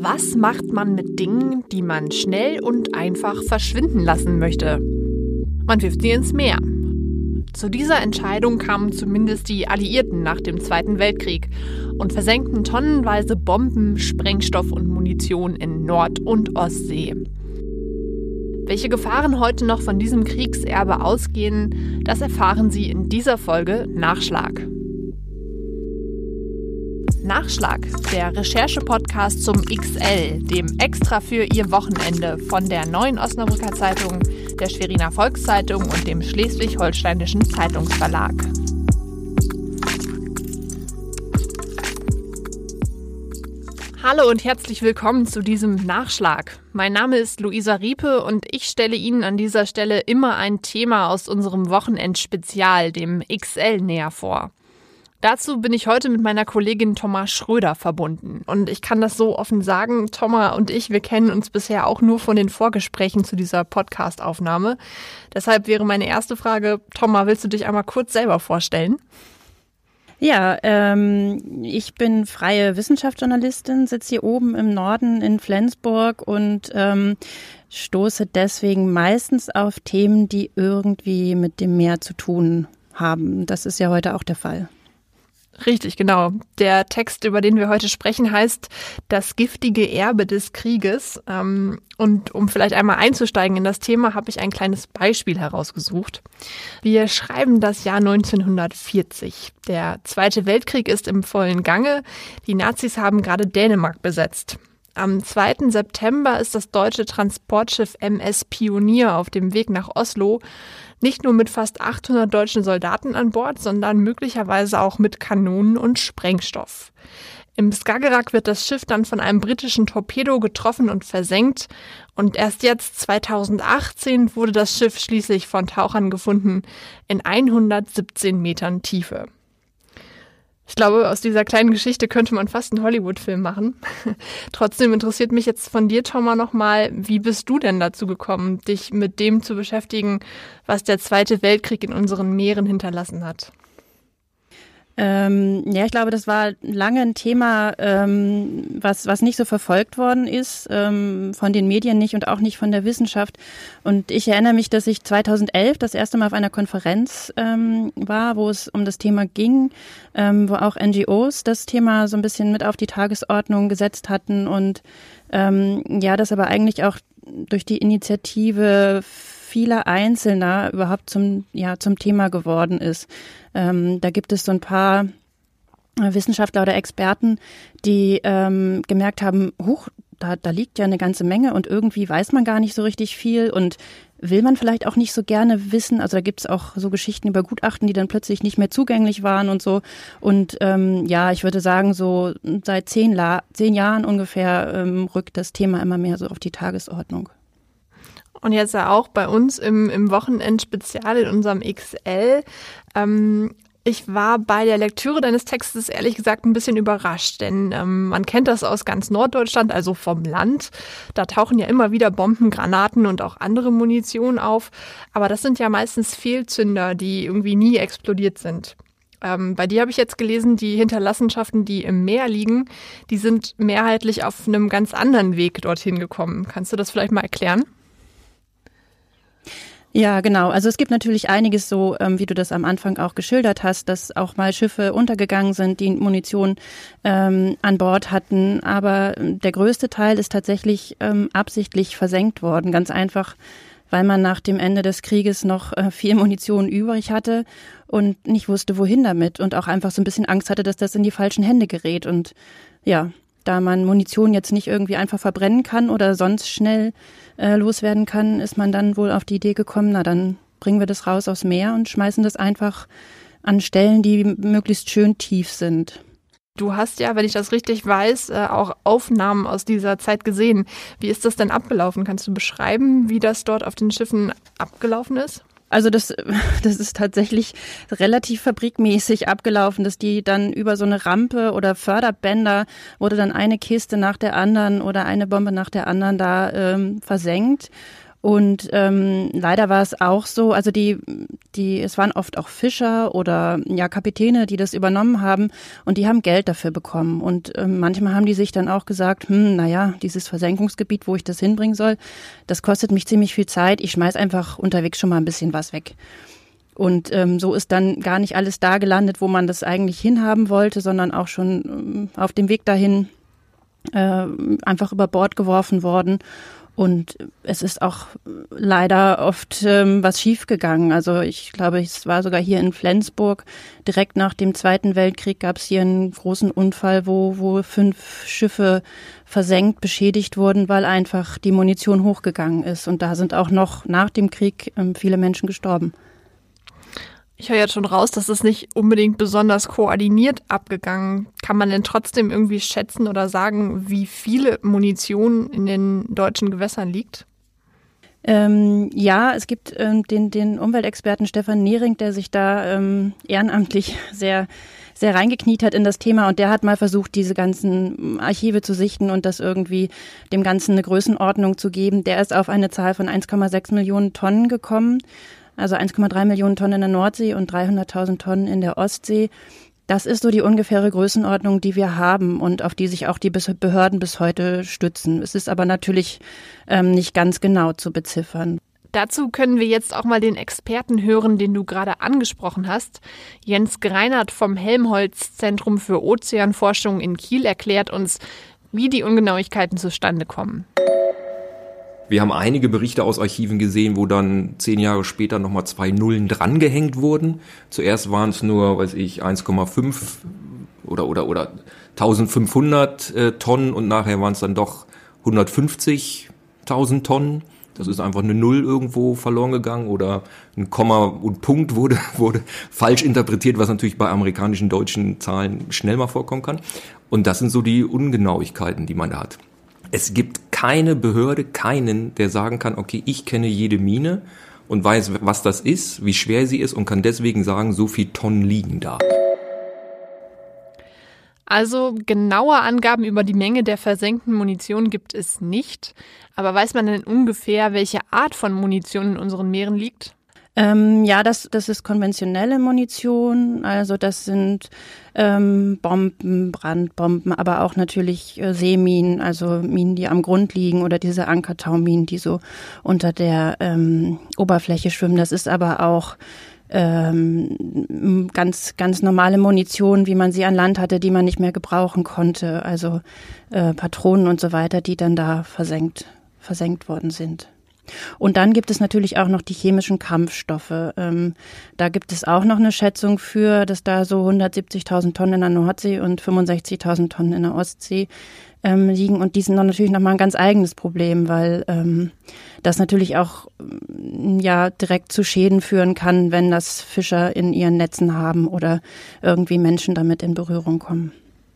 Was macht man mit Dingen, die man schnell und einfach verschwinden lassen möchte? Man wirft sie ins Meer. Zu dieser Entscheidung kamen zumindest die Alliierten nach dem Zweiten Weltkrieg und versenkten tonnenweise Bomben, Sprengstoff und Munition in Nord- und Ostsee. Welche Gefahren heute noch von diesem Kriegserbe ausgehen, das erfahren Sie in dieser Folge Nachschlag. Nachschlag, der Recherche-Podcast zum XL, dem Extra für Ihr Wochenende von der Neuen Osnabrücker Zeitung, der Schweriner Volkszeitung und dem Schleswig-Holsteinischen Zeitungsverlag. Hallo und herzlich willkommen zu diesem Nachschlag. Mein Name ist Luisa Riepe und ich stelle Ihnen an dieser Stelle immer ein Thema aus unserem Wochenendspezial, dem XL, näher vor. Dazu bin ich heute mit meiner Kollegin Thomas Schröder verbunden. Und ich kann das so offen sagen, Thomas und ich, wir kennen uns bisher auch nur von den Vorgesprächen zu dieser Podcast-Aufnahme. Deshalb wäre meine erste Frage, Thomas, willst du dich einmal kurz selber vorstellen? Ja, ich bin freie Wissenschaftsjournalistin, sitze hier oben im Norden in Flensburg und stoße deswegen meistens auf Themen, die irgendwie mit dem Meer zu tun haben. Das ist ja heute auch der Fall. Richtig, genau. Der Text, über den wir heute sprechen, heißt Das giftige Erbe des Krieges. Und um vielleicht einmal einzusteigen in das Thema, habe ich ein kleines Beispiel herausgesucht. Wir schreiben das Jahr 1940. Der Zweite Weltkrieg ist im vollen Gange. Die Nazis haben gerade Dänemark besetzt. Am 2. September ist das deutsche Transportschiff MS Pionier auf dem Weg nach Oslo, nicht nur mit fast 800 deutschen Soldaten an Bord, sondern möglicherweise auch mit Kanonen und Sprengstoff. Im Skagerrak wird das Schiff dann von einem britischen Torpedo getroffen und versenkt. Und erst jetzt, 2018, wurde das Schiff schließlich von Tauchern gefunden in 117 Metern Tiefe. Ich glaube, aus dieser kleinen Geschichte könnte man fast einen Hollywood-Film machen. Trotzdem interessiert mich jetzt von dir, Thomas, nochmal, wie bist du denn dazu gekommen, dich mit dem zu beschäftigen, was der Zweite Weltkrieg in unseren Meeren hinterlassen hat? Ja, ich glaube, das war lange ein Thema, was nicht so verfolgt worden ist, von den Medien nicht und auch nicht von der Wissenschaft. Und ich erinnere mich, dass ich 2011 das erste Mal auf einer Konferenz war, wo es um das Thema ging, wo auch NGOs das Thema so ein bisschen mit auf die Tagesordnung gesetzt hatten und das aber eigentlich auch durch die Initiative vieler Einzelner überhaupt zum Thema geworden ist. Da gibt es so ein paar Wissenschaftler oder Experten, die gemerkt haben, da liegt ja eine ganze Menge und irgendwie weiß man gar nicht so richtig viel und will man vielleicht auch nicht so gerne wissen. Also da gibt es auch so Geschichten über Gutachten, die dann plötzlich nicht mehr zugänglich waren und so. Und ich würde sagen, so seit 10 Jahren ungefähr rückt das Thema immer mehr so auf die Tagesordnung. Und jetzt ja auch bei uns im Wochenendspezial in unserem XL. Ich war bei der Lektüre deines Textes ehrlich gesagt ein bisschen überrascht, denn man kennt das aus ganz Norddeutschland, also vom Land. Da tauchen ja immer wieder Bomben, Granaten und auch andere Munition auf. Aber das sind ja meistens Fehlzünder, die irgendwie nie explodiert sind. Bei dir habe ich jetzt gelesen, die Hinterlassenschaften, die im Meer liegen, die sind mehrheitlich auf einem ganz anderen Weg dorthin gekommen. Kannst du das vielleicht mal erklären? Ja, genau. Also es gibt natürlich einiges so, wie du das am Anfang auch geschildert hast, dass auch mal Schiffe untergegangen sind, die Munition an Bord hatten. Aber der größte Teil ist tatsächlich absichtlich versenkt worden. Ganz einfach, weil man nach dem Ende des Krieges noch viel Munition übrig hatte und nicht wusste, wohin damit. Und auch einfach so ein bisschen Angst hatte, dass das in die falschen Hände gerät. Und ja, da man Munition jetzt nicht irgendwie einfach verbrennen kann oder sonst schnell loswerden kann, ist man dann wohl auf die Idee gekommen, na dann bringen wir das raus aufs Meer und schmeißen das einfach an Stellen, die möglichst schön tief sind. Du hast ja, wenn ich das richtig weiß, auch Aufnahmen aus dieser Zeit gesehen. Wie ist das denn abgelaufen? Kannst du beschreiben, wie das dort auf den Schiffen abgelaufen ist? Also das ist tatsächlich relativ fabrikmäßig abgelaufen, dass die dann über so eine Rampe oder Förderbänder wurde dann eine Kiste nach der anderen oder eine Bombe nach der anderen da versenkt. Und leider war es auch so, also es waren oft auch Fischer oder ja Kapitäne, die das übernommen haben und die haben Geld dafür bekommen. Und manchmal haben die sich dann auch gesagt, dieses Versenkungsgebiet, wo ich das hinbringen soll, das kostet mich ziemlich viel Zeit, ich schmeiß einfach unterwegs schon mal ein bisschen was weg. Und so ist dann gar nicht alles da gelandet, wo man das eigentlich hinhaben wollte, sondern auch schon auf dem Weg dahin einfach über Bord geworfen worden. Und es ist auch leider oft was schiefgegangen. Also ich glaube, es war sogar hier in Flensburg, direkt nach dem Zweiten Weltkrieg gab es hier einen großen Unfall, wo 5 Schiffe versenkt, beschädigt wurden, weil einfach die Munition hochgegangen ist. Und da sind auch noch nach dem Krieg viele Menschen gestorben. Ich höre jetzt schon raus, dass es nicht unbedingt besonders koordiniert abgegangen. Kann man denn trotzdem irgendwie schätzen oder sagen, wie viele Munition in den deutschen Gewässern liegt? Ja, es gibt den Umweltexperten Stefan Nehring, der sich da ehrenamtlich sehr, sehr reingekniet hat in das Thema. Und der hat mal versucht, diese ganzen Archive zu sichten und das irgendwie dem Ganzen eine Größenordnung zu geben. Der ist auf eine Zahl von 1,6 Millionen Tonnen gekommen. Also 1,3 Millionen Tonnen in der Nordsee und 300.000 Tonnen in der Ostsee. Das ist so die ungefähre Größenordnung, die wir haben und auf die sich auch die Behörden bis heute stützen. Es ist aber natürlich nicht ganz genau zu beziffern. Dazu können wir jetzt auch mal den Experten hören, den du gerade angesprochen hast. Jens Greinert vom Helmholtz-Zentrum für Ozeanforschung in Kiel erklärt uns, wie die Ungenauigkeiten zustande kommen. Wir haben einige Berichte aus Archiven gesehen, wo dann 10 Jahre später nochmal 2 Nullen drangehängt wurden. Zuerst waren es nur, 1,5 oder 1500 Tonnen und nachher waren es dann doch 150.000 Tonnen. Das ist einfach eine Null irgendwo verloren gegangen oder ein Komma und Punkt wurde falsch interpretiert, was natürlich bei amerikanischen, deutschen Zahlen schnell mal vorkommen kann. Und das sind so die Ungenauigkeiten, die man da hat. Es gibt keine Behörde, keinen, der sagen kann, okay, ich kenne jede Mine und weiß, was das ist, wie schwer sie ist und kann deswegen sagen, so viel Tonnen liegen da. Also genaue Angaben über die Menge der versenkten Munition gibt es nicht. Aber weiß man denn ungefähr, welche Art von Munition in unseren Meeren liegt? Ja, das ist konventionelle Munition, also das sind Bomben, Brandbomben, aber auch natürlich Seeminen, also Minen, die am Grund liegen oder diese Ankertauminen, die so unter der Oberfläche schwimmen. Das ist aber auch ganz normale Munition, wie man sie an Land hatte, die man nicht mehr gebrauchen konnte, also Patronen und so weiter, die dann da versenkt worden sind. Und dann gibt es natürlich auch noch die chemischen Kampfstoffe. Da gibt es auch noch eine Schätzung für, dass da so 170.000 Tonnen in der Nordsee und 65.000 Tonnen in der Ostsee liegen. Und die sind dann natürlich nochmal ein ganz eigenes Problem, weil das natürlich auch direkt zu Schäden führen kann, wenn das Fischer in ihren Netzen haben oder irgendwie Menschen damit in Berührung kommen.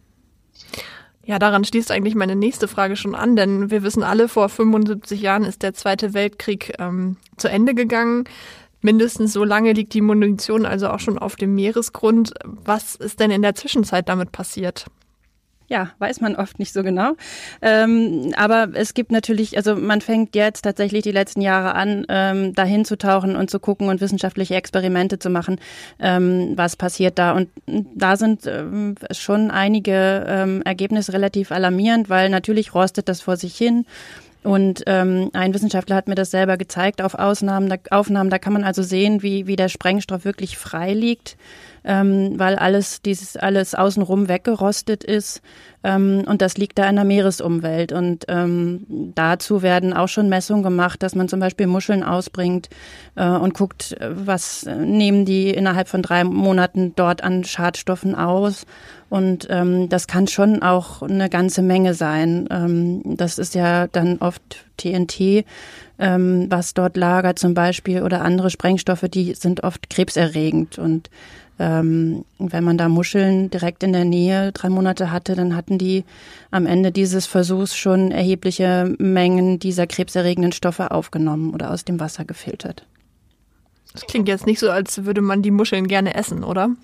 Ja, daran schließt eigentlich meine nächste Frage schon an, denn wir wissen alle, vor 75 Jahren ist der Zweite Weltkrieg zu Ende gegangen. Mindestens so lange liegt die Munition also auch schon auf dem Meeresgrund. Was ist denn in der Zwischenzeit damit passiert? Ja, weiß man oft nicht so genau. Aber es gibt natürlich, also man fängt jetzt tatsächlich die letzten Jahre an, dahin zu tauchen und zu gucken und wissenschaftliche Experimente zu machen, was passiert da. Und da sind schon einige Ergebnisse relativ alarmierend, weil natürlich rostet das vor sich hin. Und ein Wissenschaftler hat mir das selber gezeigt auf Aufnahmen. Da kann man also sehen, wie der Sprengstoff wirklich frei liegt, weil alles außenrum weggerostet ist. Und das liegt da in der Meeresumwelt. Und dazu werden auch schon Messungen gemacht, dass man zum Beispiel Muscheln ausbringt und guckt, was nehmen die innerhalb von 3 Monaten dort an Schadstoffen aus. Und das kann schon auch eine ganze Menge sein. Das ist ja dann oft TNT, was dort lagert zum Beispiel, oder andere Sprengstoffe, die sind oft krebserregend. Und wenn man da Muscheln direkt in der Nähe 3 Monate hatte, dann hatten die am Ende dieses Versuchs schon erhebliche Mengen dieser krebserregenden Stoffe aufgenommen oder aus dem Wasser gefiltert. Das klingt jetzt nicht so, als würde man die Muscheln gerne essen, oder?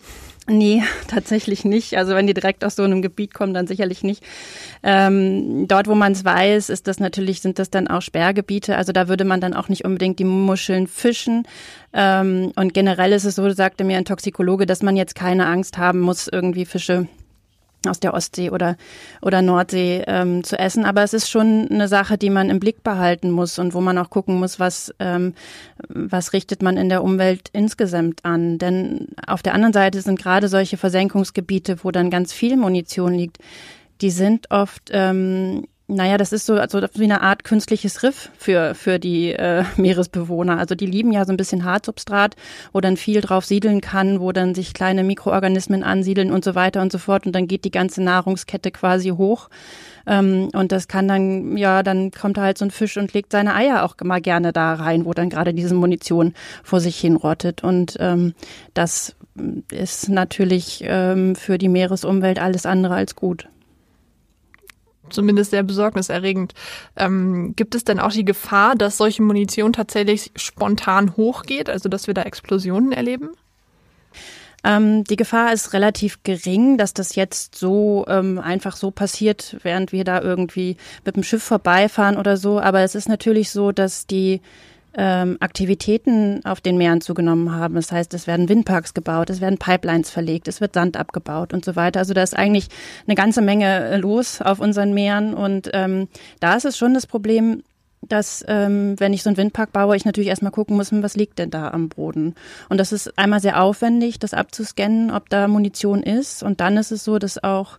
Nee, tatsächlich nicht. Also wenn die direkt aus so einem Gebiet kommen, dann sicherlich nicht. Dort, wo man es weiß, sind das dann auch Sperrgebiete. Also da würde man dann auch nicht unbedingt die Muscheln fischen. Und generell ist es so, sagte mir ein Toxikologe, dass man jetzt keine Angst haben muss, irgendwie Fische aus der Ostsee oder Nordsee zu essen. Aber es ist schon eine Sache, die man im Blick behalten muss und wo man auch gucken muss, was richtet man in der Umwelt insgesamt an. Denn auf der anderen Seite sind gerade solche Versenkungsgebiete, wo dann ganz viel Munition liegt, die sind oft das ist so also wie eine Art künstliches Riff für die Meeresbewohner. Also die lieben ja so ein bisschen Hartsubstrat, wo dann viel drauf siedeln kann, wo dann sich kleine Mikroorganismen ansiedeln und so weiter und so fort. Und dann geht die ganze Nahrungskette quasi hoch. Und das kann dann kommt da halt so ein Fisch und legt seine Eier auch mal gerne da rein, wo dann gerade diese Munition vor sich hin rottet. Und das ist natürlich für die Meeresumwelt alles andere als gut. Zumindest sehr besorgniserregend. Gibt es denn auch die Gefahr, dass solche Munition tatsächlich spontan hochgeht, also dass wir da Explosionen erleben? Die Gefahr ist relativ gering, dass das jetzt so einfach so passiert, während wir da irgendwie mit dem Schiff vorbeifahren oder so. Aber es ist natürlich so, dass die Aktivitäten auf den Meeren zugenommen haben. Das heißt, es werden Windparks gebaut, es werden Pipelines verlegt, es wird Sand abgebaut und so weiter. Also da ist eigentlich eine ganze Menge los auf unseren Meeren. Und da ist es schon das Problem, dass wenn ich so einen Windpark baue, ich natürlich erstmal gucken muss, was liegt denn da am Boden. Und das ist einmal sehr aufwendig, das abzuscannen, ob da Munition ist. Und dann ist es so, dass auch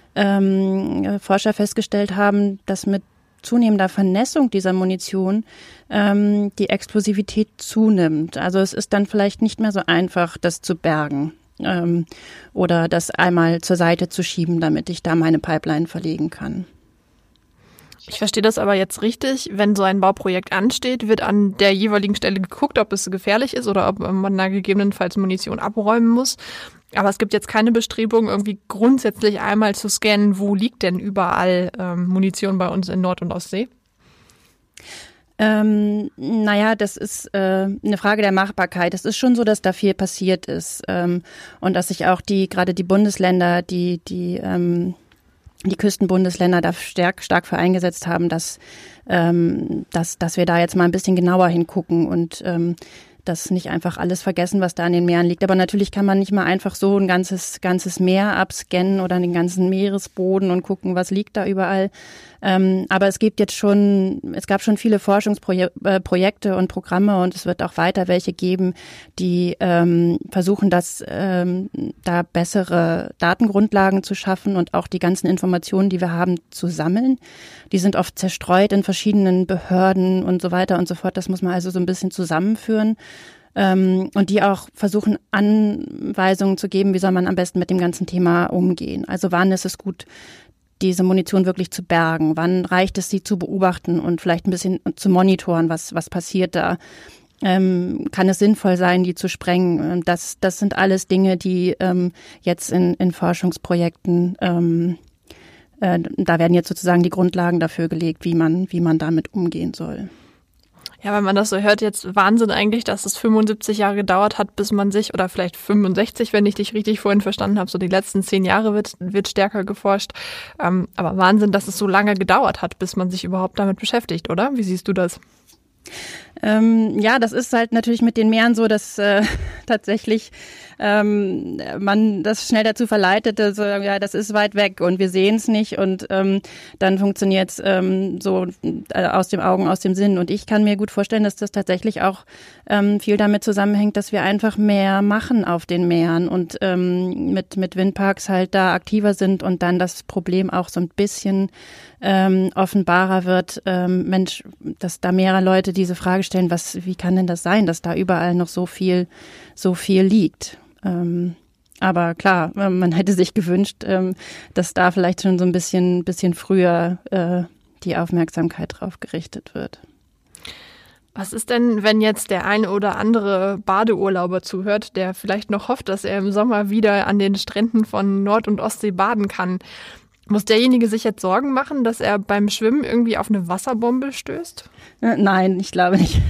Forscher festgestellt haben, dass mit zunehmender Vernässung dieser Munition die Explosivität zunimmt. Also es ist dann vielleicht nicht mehr so einfach, das zu bergen oder das einmal zur Seite zu schieben, damit ich da meine Pipeline verlegen kann. Ich verstehe das aber jetzt richtig. Wenn so ein Bauprojekt ansteht, wird an der jeweiligen Stelle geguckt, ob es gefährlich ist oder ob man da gegebenenfalls Munition abräumen muss. Aber es gibt jetzt keine Bestrebung, irgendwie grundsätzlich einmal zu scannen, wo liegt denn überall Munition bei uns in Nord- und Ostsee? Das ist eine Frage der Machbarkeit. Es ist schon so, dass da viel passiert ist und dass sich auch gerade die Bundesländer, die Küstenbundesländer da stark für eingesetzt haben, dass wir da jetzt mal ein bisschen genauer hingucken und das nicht einfach alles vergessen, was da an den Meeren liegt. Aber natürlich kann man nicht mal einfach so ein ganzes Meer abscannen oder den ganzen Meeresboden und gucken, was liegt da überall. Aber es gab schon viele Forschungsprojekte und Programme und es wird auch weiter welche geben, die versuchen, da bessere Datengrundlagen zu schaffen und auch die ganzen Informationen, die wir haben, zu sammeln. Die sind oft zerstreut in verschiedenen Behörden und so weiter und so fort. Das muss man also so ein bisschen zusammenführen. Und die auch versuchen, Anweisungen zu geben, wie soll man am besten mit dem ganzen Thema umgehen. Also wann ist es gut, diese Munition wirklich zu bergen? Wann reicht es, sie zu beobachten und vielleicht ein bisschen zu monitoren, was passiert da? Kann es sinnvoll sein, die zu sprengen? Das sind alles Dinge, die jetzt in Forschungsprojekten, da werden jetzt sozusagen die Grundlagen dafür gelegt, wie man damit umgehen soll. Ja, wenn man das so hört, jetzt Wahnsinn eigentlich, dass es 75 Jahre gedauert hat, bis man sich, oder vielleicht 65, wenn ich dich richtig vorhin verstanden habe, so die letzten 10 Jahre wird stärker geforscht. Aber Wahnsinn, dass es so lange gedauert hat, bis man sich überhaupt damit beschäftigt, oder? Wie siehst du das? Das ist halt natürlich mit den Meeren so, dass tatsächlich man das schnell dazu verleitet, so, ja, das ist weit weg und wir sehen es nicht und dann funktioniert es so aus dem Augen, aus dem Sinn. Und ich kann mir gut vorstellen, dass das tatsächlich auch viel damit zusammenhängt, dass wir einfach mehr machen auf den Meeren und mit Windparks halt da aktiver sind und dann das Problem auch so ein bisschen offenbarer wird, dass da mehrere Leute diese Frage stellen, wie kann denn das sein, dass da überall noch so viel liegt? Aber klar, man hätte sich gewünscht, dass da vielleicht schon so ein bisschen früher die Aufmerksamkeit drauf gerichtet wird. Was ist denn, wenn jetzt der eine oder andere Badeurlauber zuhört, der vielleicht noch hofft, dass er im Sommer wieder an den Stränden von Nord- und Ostsee baden kann? Muss derjenige sich jetzt Sorgen machen, dass er beim Schwimmen irgendwie auf eine Wasserbombe stößt? Nein, ich glaube nicht.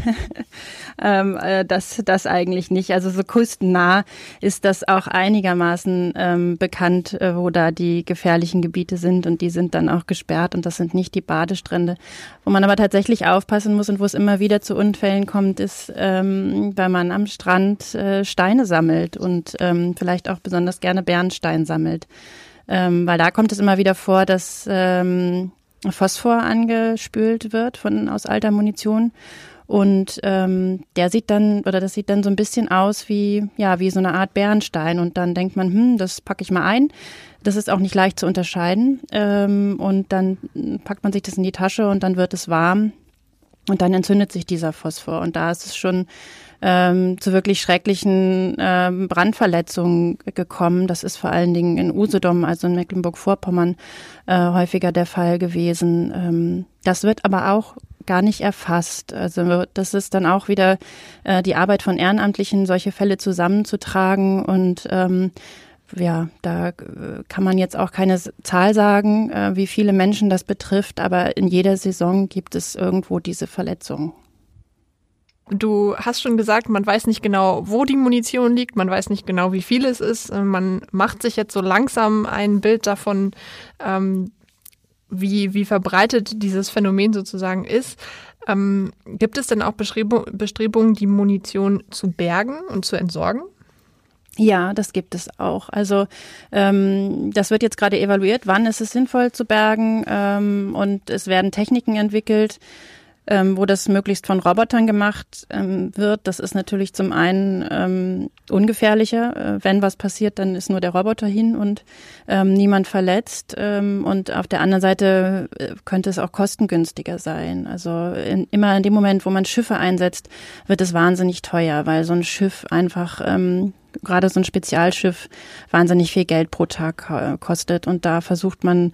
Das eigentlich nicht. Also so küstennah ist das auch einigermaßen bekannt, wo da die gefährlichen Gebiete sind, und die sind dann auch gesperrt, und das sind nicht die Badestrände. Wo man aber tatsächlich aufpassen muss und wo es immer wieder zu Unfällen kommt, ist, weil man am Strand Steine sammelt und vielleicht auch besonders gerne Bernstein sammelt. Weil da kommt es immer wieder vor, dass Phosphor angespült wird aus alter Munition, und das sieht dann so ein bisschen aus wie so eine Art Bernstein, und dann denkt man, das packe ich mal ein. Das ist auch nicht leicht zu unterscheiden, und dann packt man sich das in die Tasche und dann wird es warm und dann entzündet sich dieser Phosphor, und da ist es schon zu wirklich schrecklichen Brandverletzungen gekommen. Das ist vor allen Dingen in Usedom, also in Mecklenburg-Vorpommern, häufiger der Fall gewesen. Das wird aber auch gar nicht erfasst. Also das ist dann auch wieder die Arbeit von Ehrenamtlichen, solche Fälle zusammenzutragen, und da kann man jetzt auch keine Zahl sagen, wie viele Menschen das betrifft, aber in jeder Saison gibt es irgendwo diese Verletzungen. Du hast schon gesagt, man weiß nicht genau, wo die Munition liegt, man weiß nicht genau, wie viel es ist. Man macht sich jetzt so langsam ein Bild davon, wie verbreitet dieses Phänomen sozusagen ist. Gibt es denn auch Bestrebungen, die Munition zu bergen und zu entsorgen? Ja, das gibt es auch. Also das wird jetzt gerade evaluiert, wann ist es sinnvoll zu bergen, und es werden Techniken entwickelt, wo das möglichst von Robotern gemacht wird. Das ist natürlich zum einen ungefährlicher. Wenn was passiert, dann ist nur der Roboter hin und niemand verletzt. Und auf der anderen Seite könnte es auch kostengünstiger sein. Also immer in dem Moment, wo man Schiffe einsetzt, wird es wahnsinnig teuer, weil so ein Schiff einfach, gerade so ein Spezialschiff, wahnsinnig viel Geld pro Tag kostet. Und da versucht man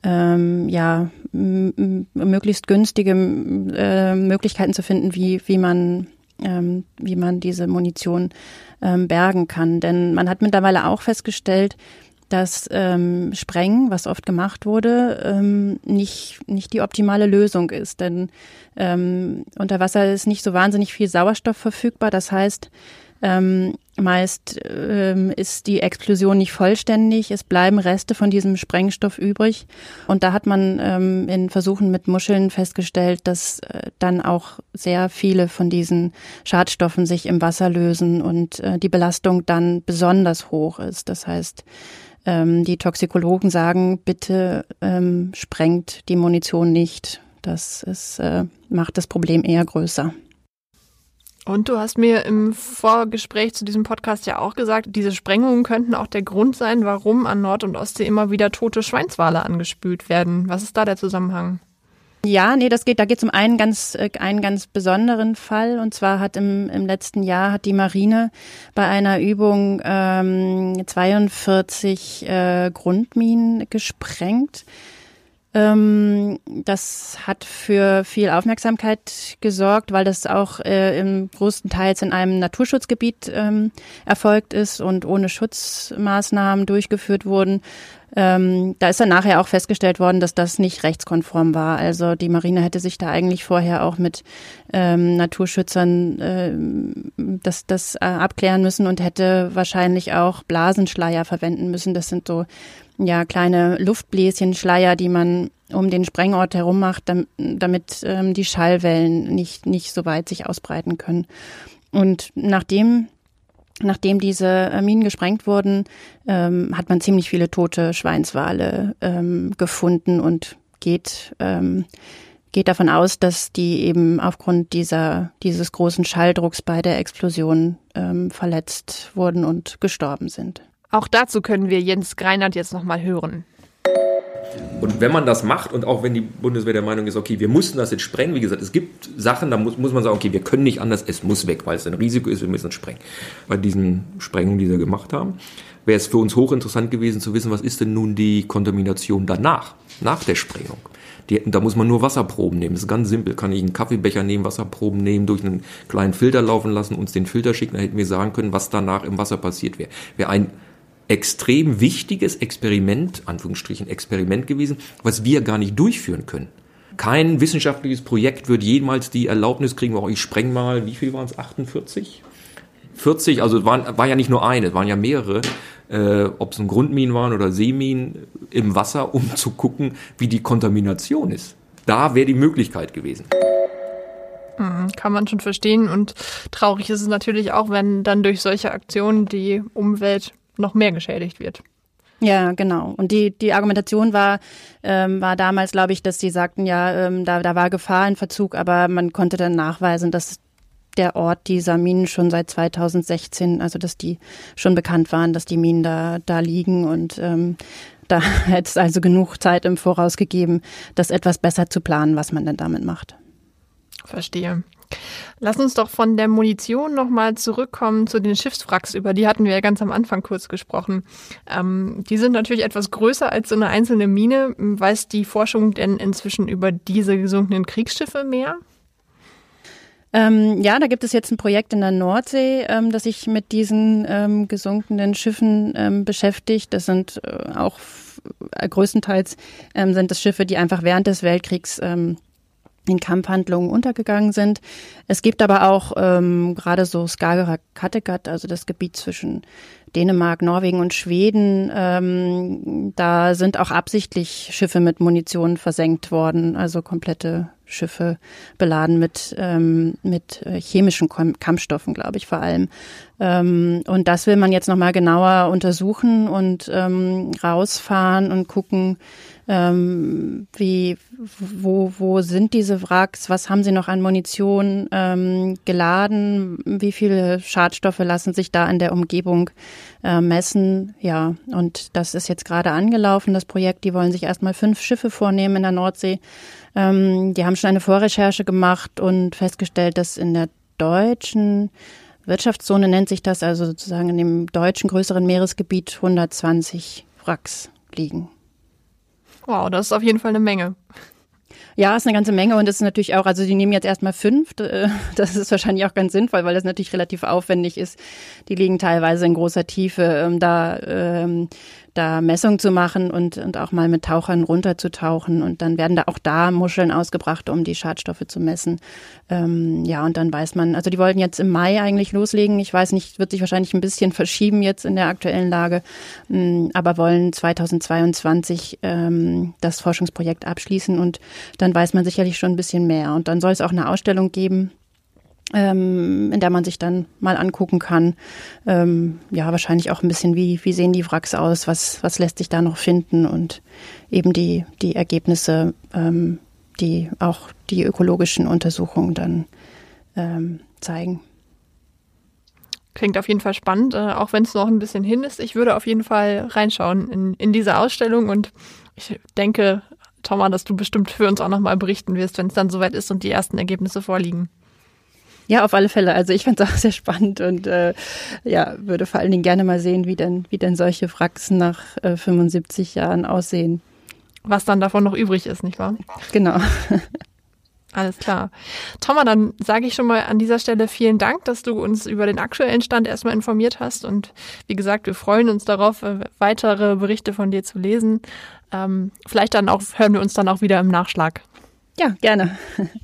möglichst günstige Möglichkeiten zu finden, wie man diese Munition bergen kann. Denn man hat mittlerweile auch festgestellt, dass Sprengen, was oft gemacht wurde, nicht die optimale Lösung ist. Denn unter Wasser ist nicht so wahnsinnig viel Sauerstoff verfügbar. Das heißt, meist ist die Explosion nicht vollständig, es bleiben Reste von diesem Sprengstoff übrig. Und da hat man in Versuchen mit Muscheln festgestellt, dass dann auch sehr viele von diesen Schadstoffen sich im Wasser lösen und die Belastung dann besonders hoch ist. Das heißt, die Toxikologen sagen, bitte sprengt die Munition nicht. Macht das Problem eher größer. Und du hast mir im Vorgespräch zu diesem Podcast ja auch gesagt, diese Sprengungen könnten auch der Grund sein, warum an Nord- und Ostsee immer wieder tote Schweinswale angespült werden. Was ist da der Zusammenhang? Ja, da geht es um einen ganz besonderen Fall. Und zwar hat im letzten Jahr die Marine bei einer Übung 42 Grundminen gesprengt. Das hat für viel Aufmerksamkeit gesorgt, weil das auch im größten Teils in einem Naturschutzgebiet erfolgt ist und ohne Schutzmaßnahmen durchgeführt wurden. Da ist dann nachher auch festgestellt worden, dass das nicht rechtskonform war. Also die Marine hätte sich da eigentlich vorher auch mit Naturschützern das abklären müssen und hätte wahrscheinlich auch Blasenschleier verwenden müssen. Das sind so kleine Luftbläschenschleier, die man um den Sprengort herum macht, damit die Schallwellen nicht so weit sich ausbreiten können. Und nachdem diese Minen gesprengt wurden, hat man ziemlich viele tote Schweinswale gefunden und geht davon aus, dass die eben aufgrund dieses großen Schalldrucks bei der Explosion verletzt wurden und gestorben sind. Auch dazu können wir Jens Greinert jetzt nochmal hören. Und wenn man das macht und auch wenn die Bundeswehr der Meinung ist, okay, wir mussten das jetzt sprengen, wie gesagt, es gibt Sachen, da muss man sagen, okay, wir können nicht anders, es muss weg, weil es ein Risiko ist, wir müssen es sprengen. Bei diesen Sprengungen, die wir gemacht haben, wäre es für uns hochinteressant gewesen zu wissen, was ist denn nun die Kontamination danach, nach der Sprengung. Da muss man nur Wasserproben nehmen, das ist ganz simpel. Kann ich einen Kaffeebecher nehmen, Wasserproben nehmen, durch einen kleinen Filter laufen lassen, uns den Filter schicken, dann hätten wir sagen können, was danach im Wasser passiert wäre. Wäre ein extrem wichtiges Experiment, Anführungsstrichen Experiment gewesen, was wir gar nicht durchführen können. Kein wissenschaftliches Projekt wird jemals die Erlaubnis kriegen, ich spreng mal, wie viel waren es, 48? 40, also war ja nicht nur eine, es waren ja mehrere, ob es nun Grundminen waren oder Seeminen im Wasser, um zu gucken, wie die Kontamination ist. Da wäre die Möglichkeit gewesen. Kann man schon verstehen, und traurig ist es natürlich auch, wenn dann durch solche Aktionen die Umwelt noch mehr geschädigt wird. Ja, genau. Und die Argumentation war damals, glaube ich, dass die sagten, da war Gefahr in Verzug, aber man konnte dann nachweisen, dass der Ort dieser Minen schon seit 2016, also dass die schon bekannt waren, dass die Minen da liegen, und da hätte es also genug Zeit im Voraus gegeben, das etwas besser zu planen, was man denn damit macht. Verstehe. Lass uns doch von der Munition nochmal zurückkommen zu den Schiffswracks, über die hatten wir ja ganz am Anfang kurz gesprochen. Die sind natürlich etwas größer als so eine einzelne Mine. Weiß die Forschung denn inzwischen über diese gesunkenen Kriegsschiffe mehr? Da gibt es jetzt ein Projekt in der Nordsee, das sich mit diesen gesunkenen Schiffen beschäftigt. Das sind auch größtenteils sind das Schiffe, die einfach während des Weltkriegs in Kampfhandlungen untergegangen sind. Es gibt aber auch gerade so Skagerrak-Kattegat, also das Gebiet zwischen Dänemark, Norwegen und Schweden. Da sind auch absichtlich Schiffe mit Munition versenkt worden, also komplette Schiffe beladen mit chemischen Kampfstoffen, glaube ich, vor allem. Und das will man jetzt nochmal genauer untersuchen und rausfahren und gucken, wo sind diese Wracks, was haben sie noch an Munition geladen, wie viele Schadstoffe lassen sich da in der Umgebung messen. Ja, und das ist jetzt gerade angelaufen, das Projekt. Die wollen sich erstmal 5 Schiffe vornehmen in der Nordsee. Die haben schon eine Vorrecherche gemacht und festgestellt, dass in der deutschen Wirtschaftszone, nennt sich das, also sozusagen in dem deutschen größeren Meeresgebiet, 120 Wracks liegen. Wow, das ist auf jeden Fall eine Menge. Ja, ist eine ganze Menge, und das ist natürlich auch, also die nehmen jetzt erstmal 5, das ist wahrscheinlich auch ganz sinnvoll, weil das natürlich relativ aufwendig ist. Die liegen teilweise in großer Tiefe, da Messungen zu machen und auch mal mit Tauchern runterzutauchen, und dann werden da Muscheln ausgebracht, um die Schadstoffe zu messen. Und dann weiß man, also die wollten jetzt im Mai eigentlich loslegen, ich weiß nicht, wird sich wahrscheinlich ein bisschen verschieben jetzt in der aktuellen Lage, aber wollen 2022 das Forschungsprojekt abschließen, und dann weiß man sicherlich schon ein bisschen mehr, und dann soll es auch eine Ausstellung geben, in der man sich dann mal angucken kann, wahrscheinlich auch ein bisschen, wie sehen die Wracks aus, was lässt sich da noch finden, und eben die Ergebnisse, die auch die ökologischen Untersuchungen dann zeigen. Klingt auf jeden Fall spannend, auch wenn es noch ein bisschen hin ist. Ich würde auf jeden Fall reinschauen in diese Ausstellung, und ich denke, Thomas, dass du bestimmt für uns auch nochmal berichten wirst, wenn es dann soweit ist und die ersten Ergebnisse vorliegen. Ja, auf alle Fälle. Also ich fand es auch sehr spannend und würde vor allen Dingen gerne mal sehen, wie denn solche Wracks nach 75 Jahren aussehen. Was dann davon noch übrig ist, nicht wahr? Genau. Alles klar. Thomas, dann sage ich schon mal an dieser Stelle vielen Dank, dass du uns über den aktuellen Stand erstmal informiert hast. Und wie gesagt, wir freuen uns darauf, weitere Berichte von dir zu lesen. Vielleicht dann auch hören wir uns dann auch wieder im Nachschlag. Ja, gerne.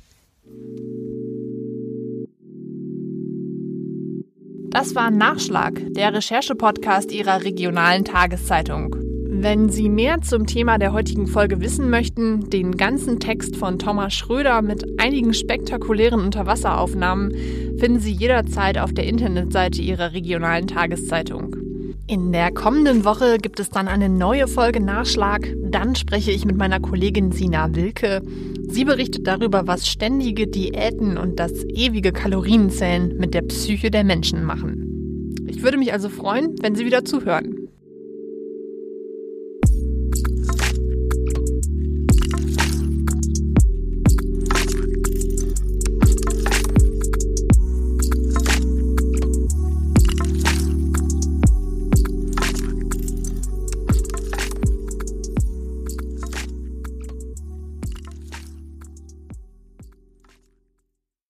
Das war Nachschlag, der Recherche-Podcast Ihrer regionalen Tageszeitung. Wenn Sie mehr zum Thema der heutigen Folge wissen möchten, den ganzen Text von Thomas Schröder mit einigen spektakulären Unterwasseraufnahmen finden Sie jederzeit auf der Internetseite Ihrer regionalen Tageszeitung. In der kommenden Woche gibt es dann eine neue Folge Nachschlag. Dann spreche ich mit meiner Kollegin Sina Wilke. Sie berichtet darüber, was ständige Diäten und das ewige Kalorienzählen mit der Psyche der Menschen machen. Ich würde mich also freuen, wenn Sie wieder zuhören.